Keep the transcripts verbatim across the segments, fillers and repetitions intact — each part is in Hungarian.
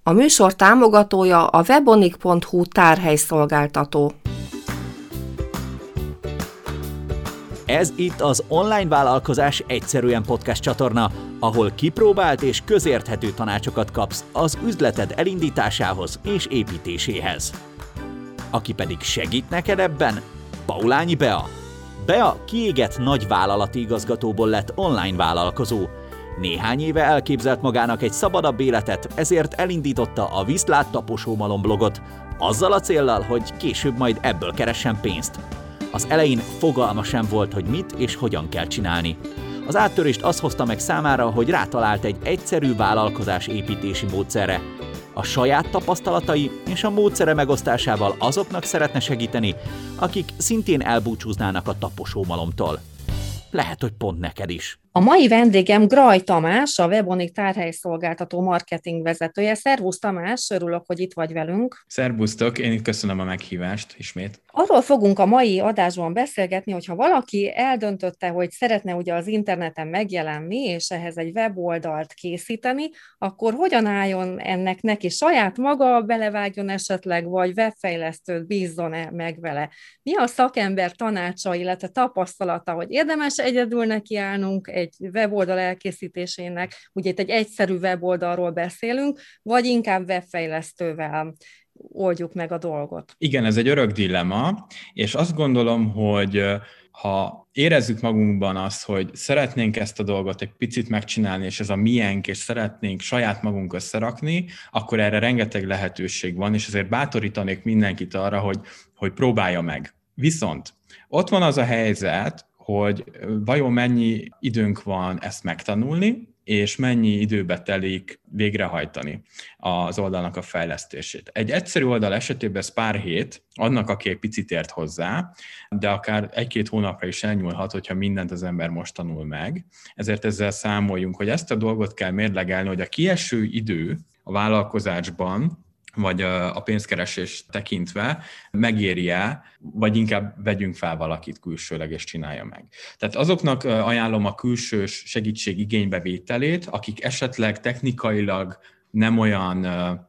A műsor támogatója a webonik pont hu tárhelyszolgáltató. Ez itt az Online Vállalkozás Egyszerűen podcast csatorna, ahol kipróbált és közérthető tanácsokat kapsz az üzleted elindításához és építéséhez. Aki pedig segít neked ebben, Paulányi Bea. Bea kiégett nagy vállalati igazgatóból lett online vállalkozó. Néhány éve elképzelt magának egy szabadabb életet, ezért elindította a Viszlát taposómalom blogot, azzal a céllal, hogy később majd ebből keressen pénzt. Az elején fogalma sem volt, hogy mit és hogyan kell csinálni. Az áttörést az hozta meg számára, hogy rátalált egy egyszerű vállalkozás építési módszerre. A saját tapasztalatai és a módszere megosztásával azoknak szeretne segíteni, akik szintén elbúcsúznának a taposómalomtól. Lehet, hogy pont neked is. A mai vendégem Graj Tamás, a Webonik tárhelyszolgáltató marketing vezetője. Szervusz Tamás, örülök, hogy itt vagy velünk. Szervusztok, én itt köszönöm a meghívást ismét. Arról fogunk a mai adásban beszélgetni, hogyha valaki eldöntötte, hogy szeretne ugye az interneten megjelenni, és ehhez egy weboldalt készíteni, akkor hogyan álljon ennek neki? Saját maga belevágjon esetleg, vagy webfejlesztőt bízzon-e meg vele? Mi a szakember tanácsa, illetve tapasztalata, hogy érdemes egyedül nekiállnunk egy weboldal elkészítésének, ugye itt egy egyszerű weboldalról beszélünk, vagy inkább webfejlesztővel oldjuk meg a dolgot? Igen, ez egy örök dilemma, és azt gondolom, hogy ha érezzük magunkban azt, hogy szeretnénk ezt a dolgot egy picit megcsinálni, és ez a miénk, és szeretnénk saját magunk összerakni, akkor erre rengeteg lehetőség van, és azért bátorítanék mindenkit arra, hogy, hogy próbálja meg. Viszont ott van az a helyzet, hogy vajon mennyi időnk van ezt megtanulni, és mennyi időbe telik végrehajtani az oldalnak a fejlesztését. Egy egyszerű oldal esetében ez pár hét, annak, aki egy picit ért hozzá, de akár egy-két hónapra is elnyúlhat, hogyha mindent az ember most tanul meg. Ezért ezzel számoljunk, hogy ezt a dolgot kell mérlegelni, hogy a kieső idő a vállalkozásban, vagy a pénzkeresés tekintve megéri-e, vagy inkább vegyünk fel valakit külsőleg, és csinálja meg. Tehát azoknak ajánlom a külsős segítség igénybevételét, akik esetleg technikailag nem olyan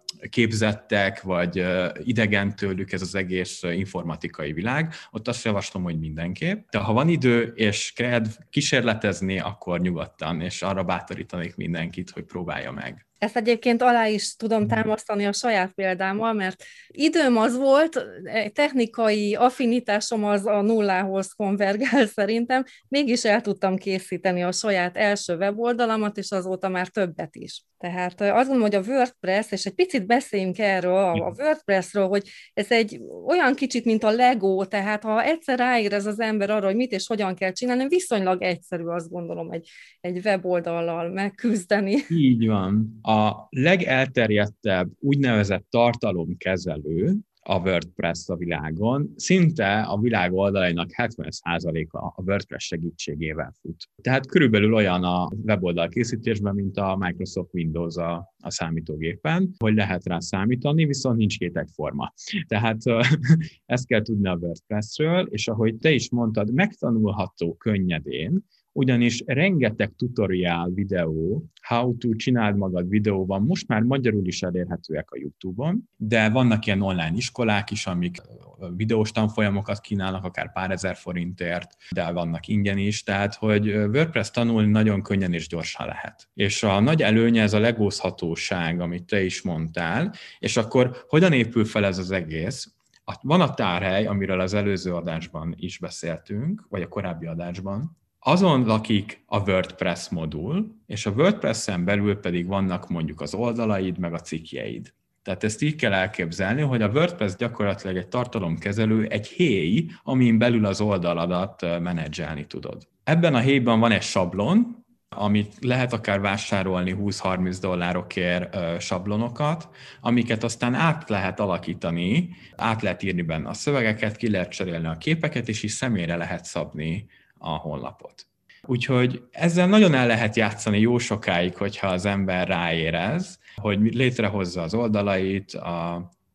képzettek, vagy idegen tőlük ez az egész informatikai világ, ott azt javaslom, hogy mindenképp. De ha van idő és kedv kísérletezni, akkor nyugodtan, és arra bátorítanék mindenkit, hogy próbálja meg. Ezt egyébként alá is tudom támasztani a saját példámmal, mert időm az volt, technikai affinitásom az a nullához konvergál szerintem, mégis el tudtam készíteni a saját első weboldalamat, és azóta már többet is. Tehát azt gondolom, hogy a WordPress, és egy picit beszéljünk erről, a WordPressről, hogy ez egy olyan kicsit, mint a Lego, tehát ha egyszer ráérez az ember arra, hogy mit és hogyan kell csinálni, viszonylag egyszerű, azt gondolom, egy, egy weboldallal megküzdeni. Így van. A legelterjedtebb úgynevezett tartalomkezelő a WordPress a világon, szinte a világ oldalainak hetven százaléka a WordPress segítségével fut. Tehát körülbelül olyan a weboldal készítésben, mint a Microsoft Windows a, a számítógépen, hogy lehet rá számítani, viszont nincs két egyforma. Tehát ezt kell tudni a WordPressről, és ahogy te is mondtad, megtanulható könnyedén, ugyanis rengeteg tutoriál videó, how to csináld magad videó van, most már magyarul is elérhetőek a YouTube-on, de vannak ilyen online iskolák is, amik videós tanfolyamokat kínálnak, akár pár ezer forintért, de vannak ingyen is, tehát hogy WordPress tanulni nagyon könnyen és gyorsan lehet. És a nagy előnye ez a legózhatóság, amit te is mondtál, és akkor hogyan épül fel ez az egész? Van a tárhely, amiről az előző adásban is beszéltünk, vagy a korábbi adásban, azon lakik a WordPress modul, és a WordPress-en belül pedig vannak mondjuk az oldalaid, meg a cikkjeid. Tehát ezt így kell elképzelni, hogy a WordPress gyakorlatilag egy tartalomkezelő, egy héj, amin belül az oldaladat menedzselni tudod. Ebben a héjban van egy sablon, amit lehet akár vásárolni húsz-harminc dollárokért sablonokat, amiket aztán át lehet alakítani, át lehet írni benne a szövegeket, ki lehet cserélni a képeket, és is személyre lehet szabni a honlapot. Úgyhogy ezzel nagyon el lehet játszani jó sokáig, hogyha az ember ráérez, hogy létrehozza az oldalait, a,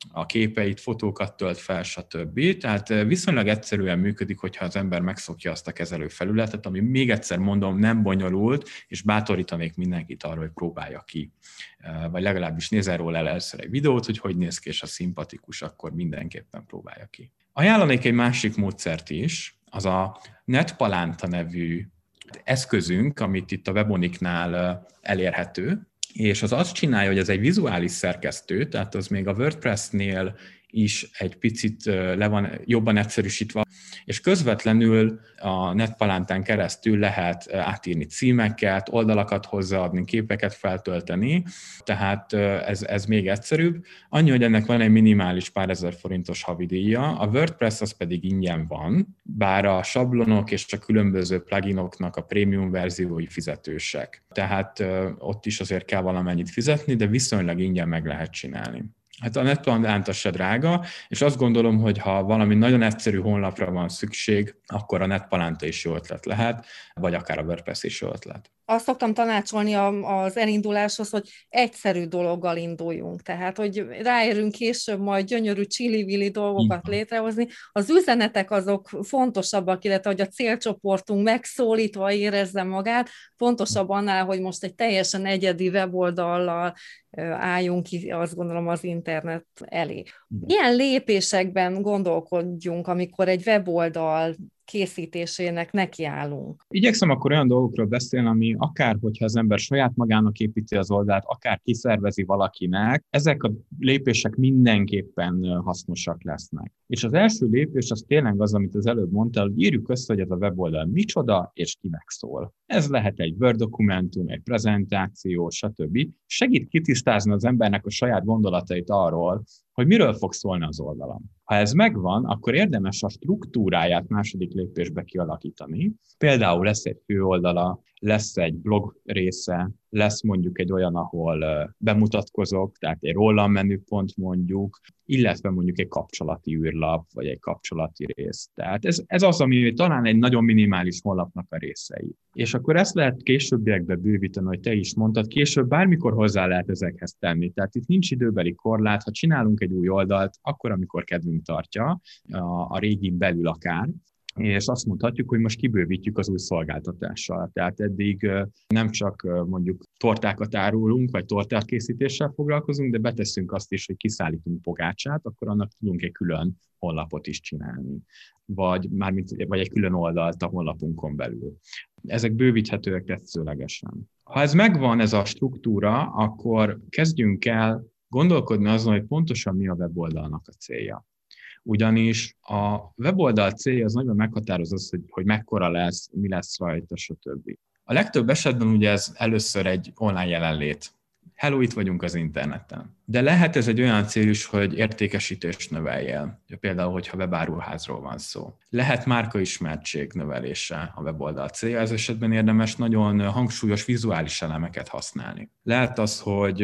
a képeit, fotókat tölt fel, stb. Tehát viszonylag egyszerűen működik, hogyha az ember megszokja azt a kezelőfelületet, ami még egyszer mondom, nem bonyolult, és bátorítanék mindenkit arra, hogy próbálja ki. Vagy legalábbis nézzen róla először egy videót, hogy hogy néz ki, és ha szimpatikus, akkor mindenképpen próbálja ki. Ajánlanék egy másik módszert is, az a NetPalanta nevű eszközünk, amit itt a Weboniknál elérhető, és az azt csinálja, hogy ez egy vizuális szerkesztő, tehát az még a WordPress-nél is egy picit le van jobban egyszerűsítve, és közvetlenül a NetPalantán keresztül lehet átírni címeket, oldalakat hozzáadni, képeket feltölteni, tehát ez, ez még egyszerűbb. Annyi, hogy ennek van egy minimális pár ezer forintos havidíja, a WordPress az pedig ingyen van, bár a sablonok és a különböző pluginoknak a prémium verziói fizetősek. Tehát ott is azért kell valamennyit fizetni, de viszonylag ingyen meg lehet csinálni. Hát a NetPalanta se drága, és azt gondolom, hogy ha valami nagyon egyszerű honlapra van szükség, akkor a NetPalanta is jó ötlet lehet, vagy akár a WordPress is jó ötlet. Azt szoktam tanácsolni az elinduláshoz, hogy egyszerű dologgal induljunk. Tehát, hogy ráérünk később majd gyönyörű csili-vili dolgokat létrehozni. Az üzenetek azok fontosabbak, illetve, hogy a célcsoportunk megszólítva érezze magát, fontosabb annál, hogy most egy teljesen egyedi weboldallal álljunk ki, azt gondolom, az internet elé. Milyen lépésekben gondolkodjunk, amikor egy weboldal készítésének nekiállunk? Igyekszem akkor olyan dolgokról beszélni, ami akár, hogyha az ember saját magának építi az oldalt, akár kiszervezi valakinek, ezek a lépések mindenképpen hasznosak lesznek. És az első lépés az tényleg az, amit az előbb mondtál, hogy írjuk össze, hogy ez a weboldal micsoda és kinek szól. Ez lehet egy Word dokumentum, egy prezentáció, stb. Segít kitisztázni az embernek a saját gondolatait arról, hogy miről fog szólni az oldalam. Ha ez megvan, akkor érdemes a struktúráját második lépésbe kialakítani. Például lesz egy főoldala, lesz egy blog része, lesz mondjuk egy olyan, ahol bemutatkozok, tehát egy rólam menüpont mondjuk, illetve mondjuk egy kapcsolati űrlap, vagy egy kapcsolati rész. Tehát ez, ez az, ami talán egy nagyon minimális honlapnak a részei. És akkor ezt lehet későbbiekben bővíteni, hogy te is mondtad, később bármikor hozzá lehet ezekhez tenni. Tehát itt nincs időbeli korlát, ha csinálunk egy új oldalt, akkor, amikor kedvünk tartja, a, a régin belül akár, és azt mondhatjuk, hogy most kibővítjük az új szolgáltatással. Tehát eddig nem csak mondjuk tortákat árulunk, vagy tortát készítéssel foglalkozunk, de beteszünk azt is, hogy kiszállítunk pogácsát, akkor annak tudunk egy külön honlapot is csinálni, vagy, mármint, vagy egy külön oldalt a honlapunkon belül. Ezek bővíthetőek tetszőlegesen. Ha ez megvan, ez a struktúra, akkor kezdjünk el gondolkodni azon, hogy pontosan mi a weboldalnak a célja. Ugyanis a weboldal célja az nagyon meghatározó az, hogy, hogy mekkora lesz, mi lesz rajta, stb. A legtöbb esetben ugye ez először egy online jelenlét. Hello, itt vagyunk az interneten. De lehet ez egy olyan cél is, hogy értékesítést növeljél. Például, hogyha webáruházról van szó. Lehet márkaismertség növelése a weboldal célja. Ez esetben érdemes nagyon hangsúlyos vizuális elemeket használni. Lehet az, hogy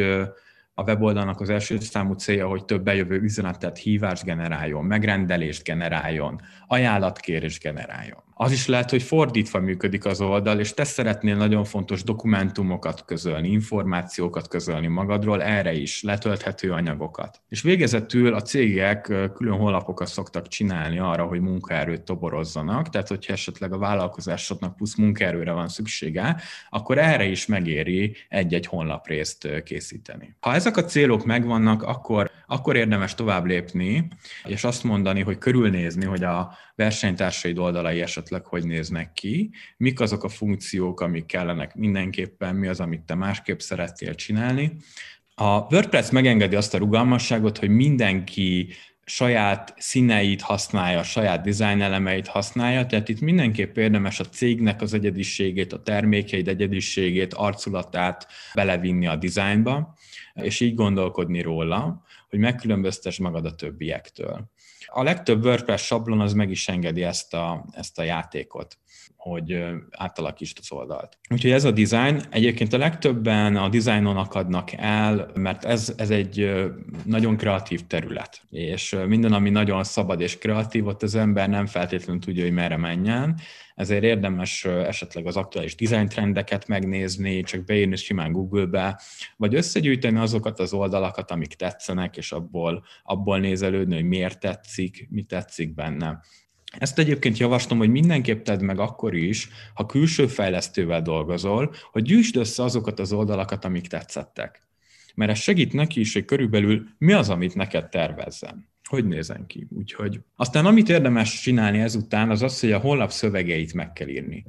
a weboldalnak az első számú célja, hogy több bejövő üzenetet, hívást generáljon, megrendelést generáljon, ajánlatkérést generáljon. Az is lehet, hogy fordítva működik az oldal, és te szeretnél nagyon fontos dokumentumokat közölni, információkat közölni magadról, erre is letölthető anyagokat. És végezetül a cégek külön honlapokat szoktak csinálni arra, hogy munkaerőt toborozzanak, tehát hogyha esetleg a vállalkozásodnak plusz munkaerőre van szüksége, akkor erre is megéri egy-egy honlaprészt készíteni. Ha ezek a célok megvannak, akkor, akkor érdemes tovább lépni, és azt mondani, hogy körülnézni, hogy a versenytársaid oldalai esetleg hogy néznek ki, mik azok a funkciók, amik kellenek mindenképpen, mi az, amit te másképp szeretnél csinálni. A WordPress megengedi azt a rugalmasságot, hogy mindenki saját színeit használja, saját design elemeit használja, tehát itt mindenképp érdemes a cégnek az egyediségét, a termékeid egyediségét, arculatát belevinni a dizájnba, és így gondolkodni róla, hogy megkülönböztess magad a többiektől. A legtöbb WordPress sablon az meg is engedi ezt a, ezt a játékot, hogy átalakítsd az oldalt. Úgyhogy ez a design, egyébként a legtöbben a designon akadnak el, mert ez, ez egy nagyon kreatív terület, és minden, ami nagyon szabad és kreatív, ott az ember nem feltétlenül tudja, hogy merre menjen, ezért érdemes esetleg az aktuális design trendeket megnézni, csak beírni simán Google-be, vagy összegyűjteni azokat az oldalakat, amik tetszenek, és abból, abból nézelődni, hogy miért tetszik, mi tetszik benne. Ezt egyébként javaslom, hogy mindenképp tedd meg akkor is, ha külső fejlesztővel dolgozol, hogy gyűjtsd össze azokat az oldalakat, amik tetszettek. Mert ez segít neki is, hogy körülbelül mi az, amit neked tervezzen. Hogy nézzen ki. Úgyhogy aztán amit érdemes csinálni ezután, az az, hogy a honlap szövegeit meg kell írni.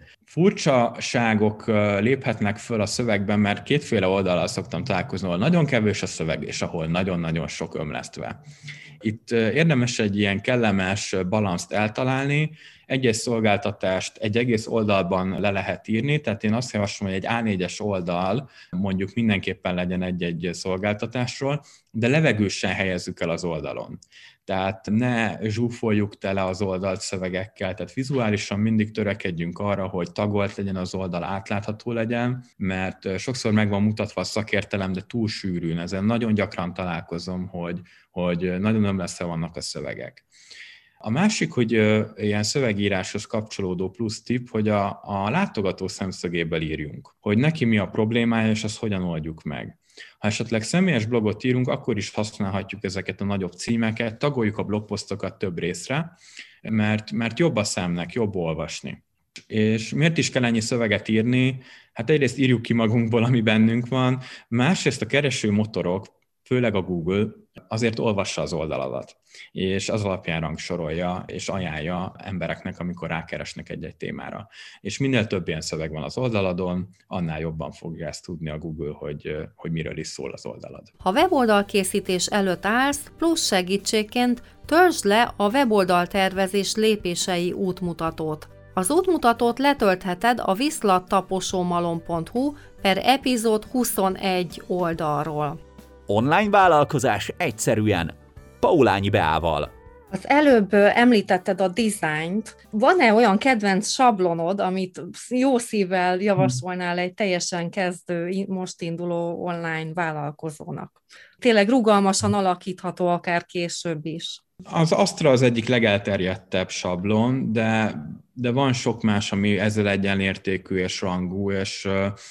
Furcsaságok léphetnek föl a szövegben, mert kétféle oldallal szoktam találkozni, ahol nagyon kevés a szöveg, és ahol nagyon-nagyon sok ömlesztve. Itt érdemes egy ilyen kellemes balanszt eltalálni, egy-egy szolgáltatást egy egész oldalban le lehet írni, tehát én azt javaslom, hogy egy á négyes oldal mondjuk mindenképpen legyen egy-egy szolgáltatásról, de levegősen helyezzük el az oldalon. Tehát ne zsúfoljuk tele az oldalt szövegekkel, tehát vizuálisan mindig törekedjünk arra, hogy tagolt legyen az oldal, átlátható legyen, mert sokszor meg van mutatva a szakértelem, de túl sűrűn. Ezen nagyon gyakran találkozom, hogy, hogy nagyon ömlesztve vannak a szövegek. A másik, hogy ilyen szövegíráshoz kapcsolódó plusz tipp, hogy a, a látogató szemszögéből írjunk, hogy neki mi a problémája, és azt hogyan oldjuk meg. Ha esetleg személyes blogot írunk, akkor is használhatjuk ezeket a nagyobb címeket, tagoljuk a blogposztokat több részre, mert, mert jobb a szemnek, jobb olvasni. És miért is kell ennyi szöveget írni? Hát egyrészt írjuk ki magunkból, ami bennünk van, másrészt a keresőmotorok, főleg a Google, azért olvassa az oldaladat, és az alapján rangsorolja és ajánlja embereknek, amikor rákeresnek egy-egy témára. És minél több ilyen szöveg van az oldaladon, annál jobban fogja ezt tudni a Google, hogy, hogy miről is szól az oldalad. Ha weboldalkészítés előtt állsz, plusz segítségként töltsd le a weboldal tervezés lépései útmutatót. Az útmutatót letöltheted a viszlattaposómalom pont hu per epizód huszonegy oldalról. Online vállalkozás egyszerűen Paulányi Beával. Az előbb említetted a dizájnt. Van-e olyan kedvenc sablonod, amit jó szívvel javasolnál egy teljesen kezdő, most induló online vállalkozónak? Tényleg rugalmasan alakítható, akár később is. Az Astra az egyik legelterjedtebb sablon, de, de van sok más, ami ezzel egyenértékű és rangú, és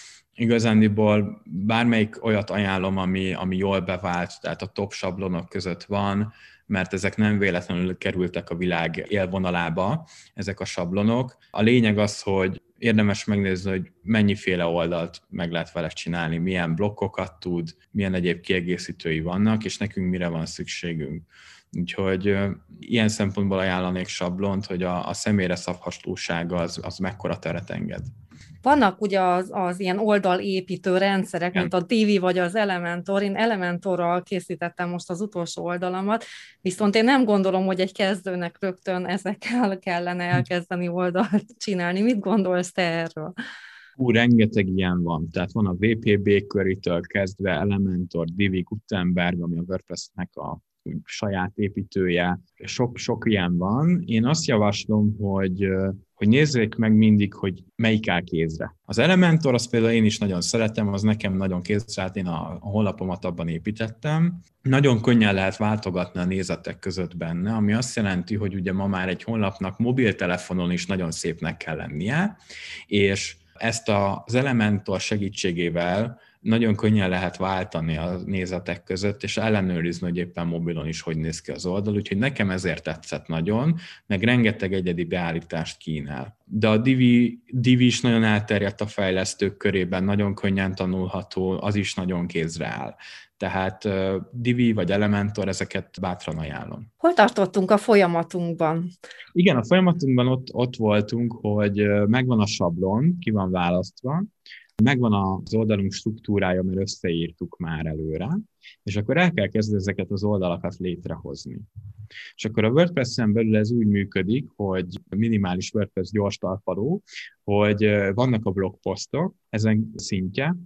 igazándiból bármelyik olyat ajánlom, ami, ami jól bevált, tehát a top sablonok között van, mert ezek nem véletlenül kerültek a világ élvonalába, ezek a sablonok. A lényeg az, hogy érdemes megnézni, hogy mennyiféle oldalt meg lehet vele csinálni, milyen blokkokat tud, milyen egyéb kiegészítői vannak, és nekünk mire van szükségünk. Úgyhogy ilyen szempontból ajánlanék sablont, hogy a, a személyre szabhatósága az, az mekkora teret enged. Vannak ugye az, az ilyen oldalépítő rendszerek, mint a Divi vagy az Elementor. Én Elementorral készítettem most az utolsó oldalamat, viszont én nem gondolom, hogy egy kezdőnek rögtön ezekkel kellene elkezdeni oldalt csinálni. Mit gondolsz te erről? Ú, rengeteg ilyen van. Tehát van a vé pé bé Query-től kezdve Elementor, Divi, Gutenberg, ami a WordPress-nek a saját építője. Sok, sok ilyen van. Én azt javaslom, hogy, hogy nézzék meg mindig, hogy melyik áll kézre. Az Elementor, azt például én is nagyon szeretem, az nekem nagyon kézre állt, én a, a honlapomat abban építettem. Nagyon könnyen lehet váltogatni a nézetek között benne, ami azt jelenti, hogy ugye ma már egy honlapnak mobiltelefonon is nagyon szépnek kell lennie, és ezt az Elementor segítségével nagyon könnyen lehet váltani a nézetek között, és ellenőrizni, hogy éppen mobilon is hogy néz ki az oldal, úgyhogy nekem ezért tetszett nagyon, meg rengeteg egyedi beállítást kínál. De a Divi, Divi is nagyon elterjedt a fejlesztők körében, nagyon könnyen tanulható, az is nagyon kézre áll. Tehát uh, Divi vagy Elementor, ezeket bátran ajánlom. Hol tartottunk a folyamatunkban? Igen, a folyamatunkban ott, ott voltunk, hogy megvan a sablon, ki van választva, megvan az oldalunk struktúrája, mert összeírtuk már előre, és akkor el kell kezdeni ezeket az oldalakat létrehozni. És akkor a WordPress-en belül ez úgy működik, hogy minimális WordPress gyors talpaló, hogy vannak a blogposztok, ezen szintje,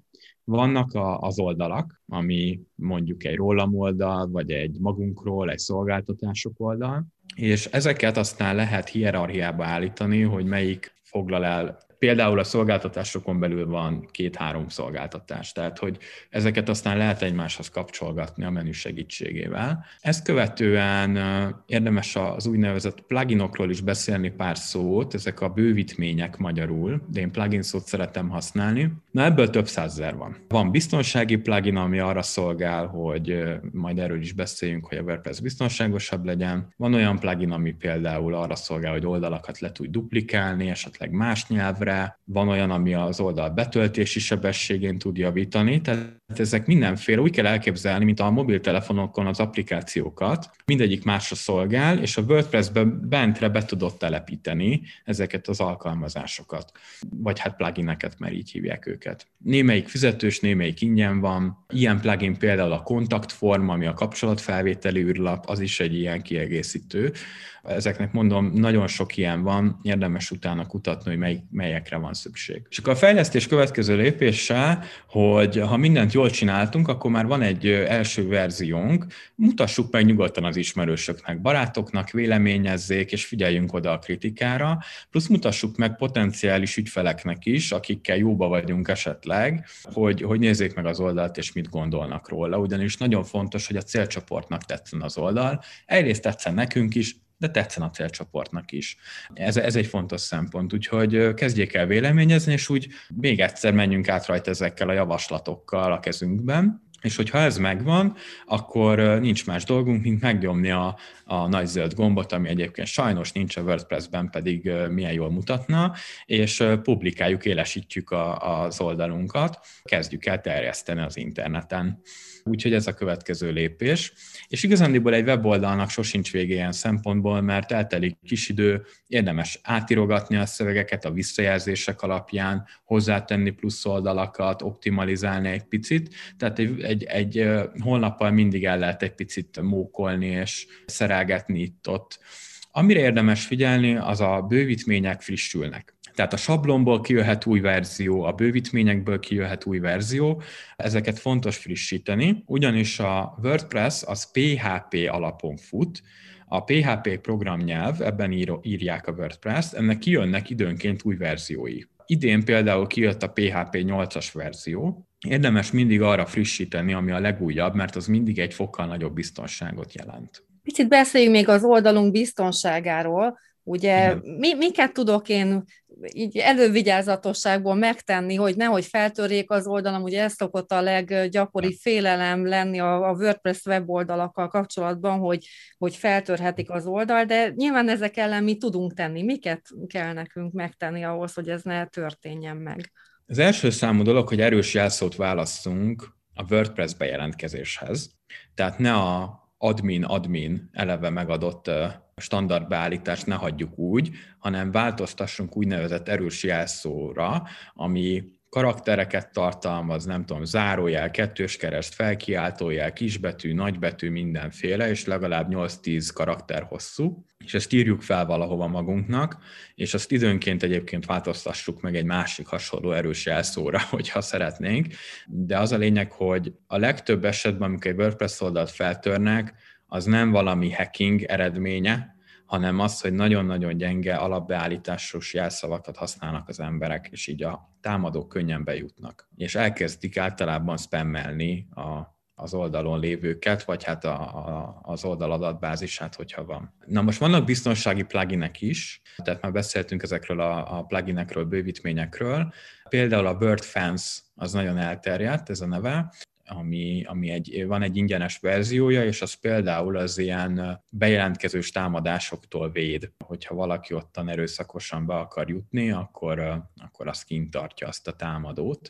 Vannak a, az oldalak, ami mondjuk egy rólam oldal, vagy egy magunkról, egy szolgáltatások oldal, és ezeket aztán lehet hierarchiába állítani, hogy melyik foglal el. Például a szolgáltatásokon belül van két-három szolgáltatás, tehát hogy ezeket aztán lehet egymáshoz kapcsolgatni a menü segítségével. Ezt követően érdemes az úgynevezett pluginokról is beszélni pár szót, ezek a bővítmények magyarul, de én plugin szót szeretem használni. Na ebből több százezer van. Van biztonsági plugin, ami arra szolgál, hogy majd erről is beszéljünk, hogy a WordPress biztonságosabb legyen. Van olyan plugin, ami például arra szolgál, hogy oldalakat le tudj duplikálni, esetleg más nyelvre. Van olyan, ami az oldal betöltési sebességén tud javítani, tehát ezek mindenféle, úgy kell elképzelni, mint a mobiltelefonokon az applikációkat, mindegyik másra szolgál, és a WordPress-ben bentre be tudod telepíteni ezeket az alkalmazásokat, vagy hát plugineket, mert így hívják őket. Némelyik fizetős, némelyik ingyen van. Ilyen plugin például a kontaktform, ami a kapcsolatfelvételi űrlap, az is egy ilyen kiegészítő. Ezeknek mondom, nagyon sok ilyen van, érdemes utána kutatni, hogy mely, melyekre van szükség. És akkor a fejlesztés következő lépése, hogy ha mindent jól csináltunk, akkor már van egy első verziónk, mutassuk meg nyugodtan az ismerősöknek, barátoknak, véleményezzék, és figyeljünk oda a kritikára, plusz mutassuk meg potenciális ügyfeleknek is, akikkel jóba vagyunk esetleg, hogy, hogy nézzék meg az oldalt, és mit gondolnak róla, ugyanis nagyon fontos, hogy a célcsoportnak tetszen az oldal, egyrészt tetszen nekünk is, de tetszen a célcsoportnak is. Ez, ez egy fontos szempont, úgyhogy kezdjék el véleményezni, és úgy még egyszer menjünk át rajta ezekkel a javaslatokkal a kezünkben, és hogyha ez megvan, akkor nincs más dolgunk, mint megnyomni a, a nagy zöld gombot, ami egyébként sajnos nincs a WordPress-ben, pedig milyen jól mutatna, és publikáljuk, élesítjük a, az oldalunkat, kezdjük el terjeszteni az interneten. Úgyhogy ez a következő lépés. És igazándiból egy weboldalnak sosincs vége ilyen szempontból, mert eltelik kis idő, érdemes átirogatni a szövegeket a visszajelzések alapján, hozzátenni plusz oldalakat, optimalizálni egy picit. Tehát egy, egy, egy honlappal mindig el lehet egy picit mókolni és szerelgetni itt-ott. Amire érdemes figyelni, az a bővítmények frissülnek. Tehát a sablonból kijöhet új verzió, a bővítményekből kijöhet új verzió, ezeket fontos frissíteni, ugyanis a WordPress az pé há pé alapon fut, a pé há pé programnyelv, ebben ír, írják a WordPress-t, ennek kijönnek időnként új verziói. Idén például kijött a pé há pé nyolcas verzió, érdemes mindig arra frissíteni, ami a legújabb, mert az mindig egy fokkal nagyobb biztonságot jelent. Picit beszéljünk még az oldalunk biztonságáról. Ugye mi, miket tudok én így elővigyázatosságból megtenni, hogy nehogy feltörjék az oldalam, ugye ez szokott a leggyakoribb félelem lenni a, a WordPress weboldalakkal kapcsolatban, hogy, hogy feltörhetik az oldal, de nyilván ezek ellen mi tudunk tenni. Miket kell nekünk megtenni ahhoz, hogy ez ne történjen meg? Az első számú dolog, hogy erős jelszót válasszunk a WordPress bejelentkezéshez. Tehát ne a admin-admin eleve megadott standard beállítást ne hagyjuk úgy, hanem változtassunk úgynevezett erős jelszóra, ami karaktereket tartalmaz, nem tudom, zárójel, kettős kereszt, felkiáltójel, kisbetű, nagybetű, mindenféle, és legalább nyolc-tíz karakter hosszú, és ezt írjuk fel valahova magunknak, és azt időnként egyébként változtassuk meg egy másik hasonló erős jelszóra, hogyha szeretnénk, de az a lényeg, hogy a legtöbb esetben, amikor egy WordPress oldalt feltörnek, az nem valami hacking eredménye, hanem az, hogy nagyon-nagyon gyenge alapbeállításos jelszavakat használnak az emberek, és így a támadók könnyen bejutnak. És elkezdik általában spammelni a, az oldalon lévőket, vagy hát a, a, az oldal adatbázisát, hogyha van. Na most vannak biztonsági pluginek is, tehát már beszéltünk ezekről a, a pluginekről, bővítményekről. Például a WordFence az nagyon elterjedt, ez a neve, ami, ami egy, van egy ingyenes verziója, és az például az ilyen bejelentkezős támadásoktól véd. Hogyha valaki ottan erőszakosan be akar jutni, akkor, akkor az kint tartja azt a támadót.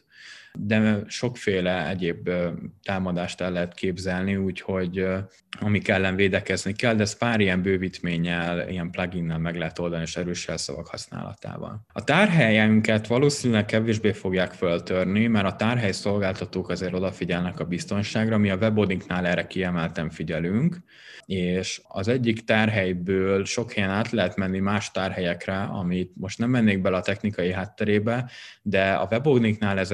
De sokféle egyéb támadást el lehet képzelni, úgyhogy amik ellen védekezni kell, de ez pár ilyen bővítménnyel, ilyen pluginnel meg lehet oldani, és erős jelszavak használatával. A tárhelyünket valószínűleg kevésbé fogják föltörni, mert a tárhely szolgáltatók azért odafigyelnek a biztonságra, mi a webhostingnál erre kiemelten figyelünk, és az egyik tárhelyből sok helyen át lehet menni más tárhelyekre, amit most nem mennék bele a technikai hátterébe, de a webhostingnál ezeket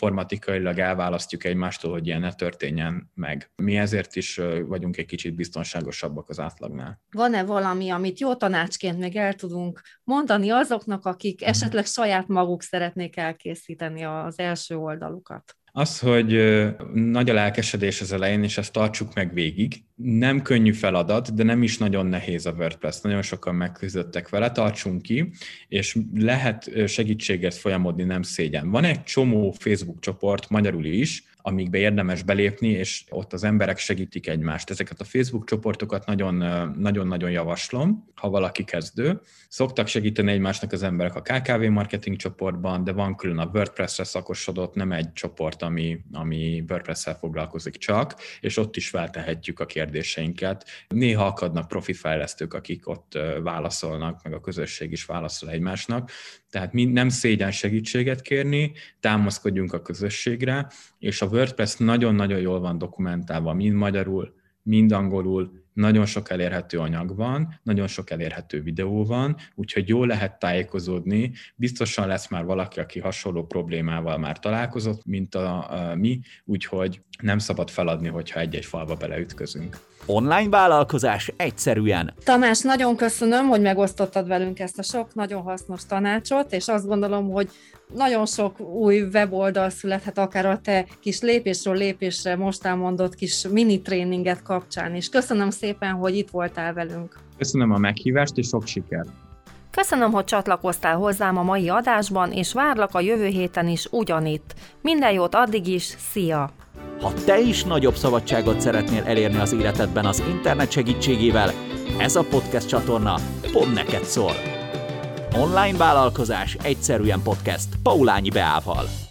informatikailag elválasztjuk egymástól, hogy ilyen ne történjen meg. Mi ezért is vagyunk egy kicsit biztonságosabbak az átlagnál. Van-e valami, amit jó tanácsként még el tudunk mondani azoknak, akik esetleg saját maguk szeretnék elkészíteni az első oldalukat? Az, hogy nagy a lelkesedés az elején, és ezt tartsuk meg végig. Nem könnyű feladat, de nem is nagyon nehéz a WordPress. Nagyon sokan megküzdöttek vele, tartsunk ki, és lehet segítséget folyamodni, nem szégyen. Van egy csomó Facebook csoport, magyarul is, amikbe érdemes belépni, és ott az emberek segítik egymást. Ezeket a Facebook csoportokat nagyon-nagyon javaslom, ha valaki kezdő. Szoktak segíteni egymásnak az emberek a ká ká vé marketing csoportban, de van külön a WordPress-re szakosodott, nem egy csoport, ami, ami WordPress-szel foglalkozik csak, és ott is feltehetjük a kérdéseinket. Néha akadnak profi fejlesztők, akik ott válaszolnak, meg a közösség is válaszol egymásnak. Tehát mi nem szégyen segítséget kérni, támaszkodjunk a közösségre, és a WordPress nagyon-nagyon jól van dokumentálva, mind magyarul, mind angolul, nagyon sok elérhető anyag van, nagyon sok elérhető videó van, úgyhogy jól lehet tájékozódni. Biztosan lesz már valaki, aki hasonló problémával már találkozott, mint a, a mi, úgyhogy nem szabad feladni, hogyha egy-egy falba beleütközünk. Online vállalkozás egyszerűen. Tamás, nagyon köszönöm, hogy megosztottad velünk ezt a sok nagyon hasznos tanácsot, és azt gondolom, hogy nagyon sok új weboldal születhet, akár a te kis lépésről lépésre most elmondott kis mini tréninget kapcsán is. Köszönöm szépen, hogy itt voltál velünk. Köszönöm a meghívást, és sok sikert! Köszönöm, hogy csatlakoztál hozzám a mai adásban, és várlak a jövő héten is ugyanitt. Minden jót addig is, szia! Ha te is nagyobb szabadságot szeretnél elérni az életedben az internet segítségével, ez a podcast csatorna pont neked szól. Online vállalkozás egyszerűen podcast Paulányi Beával.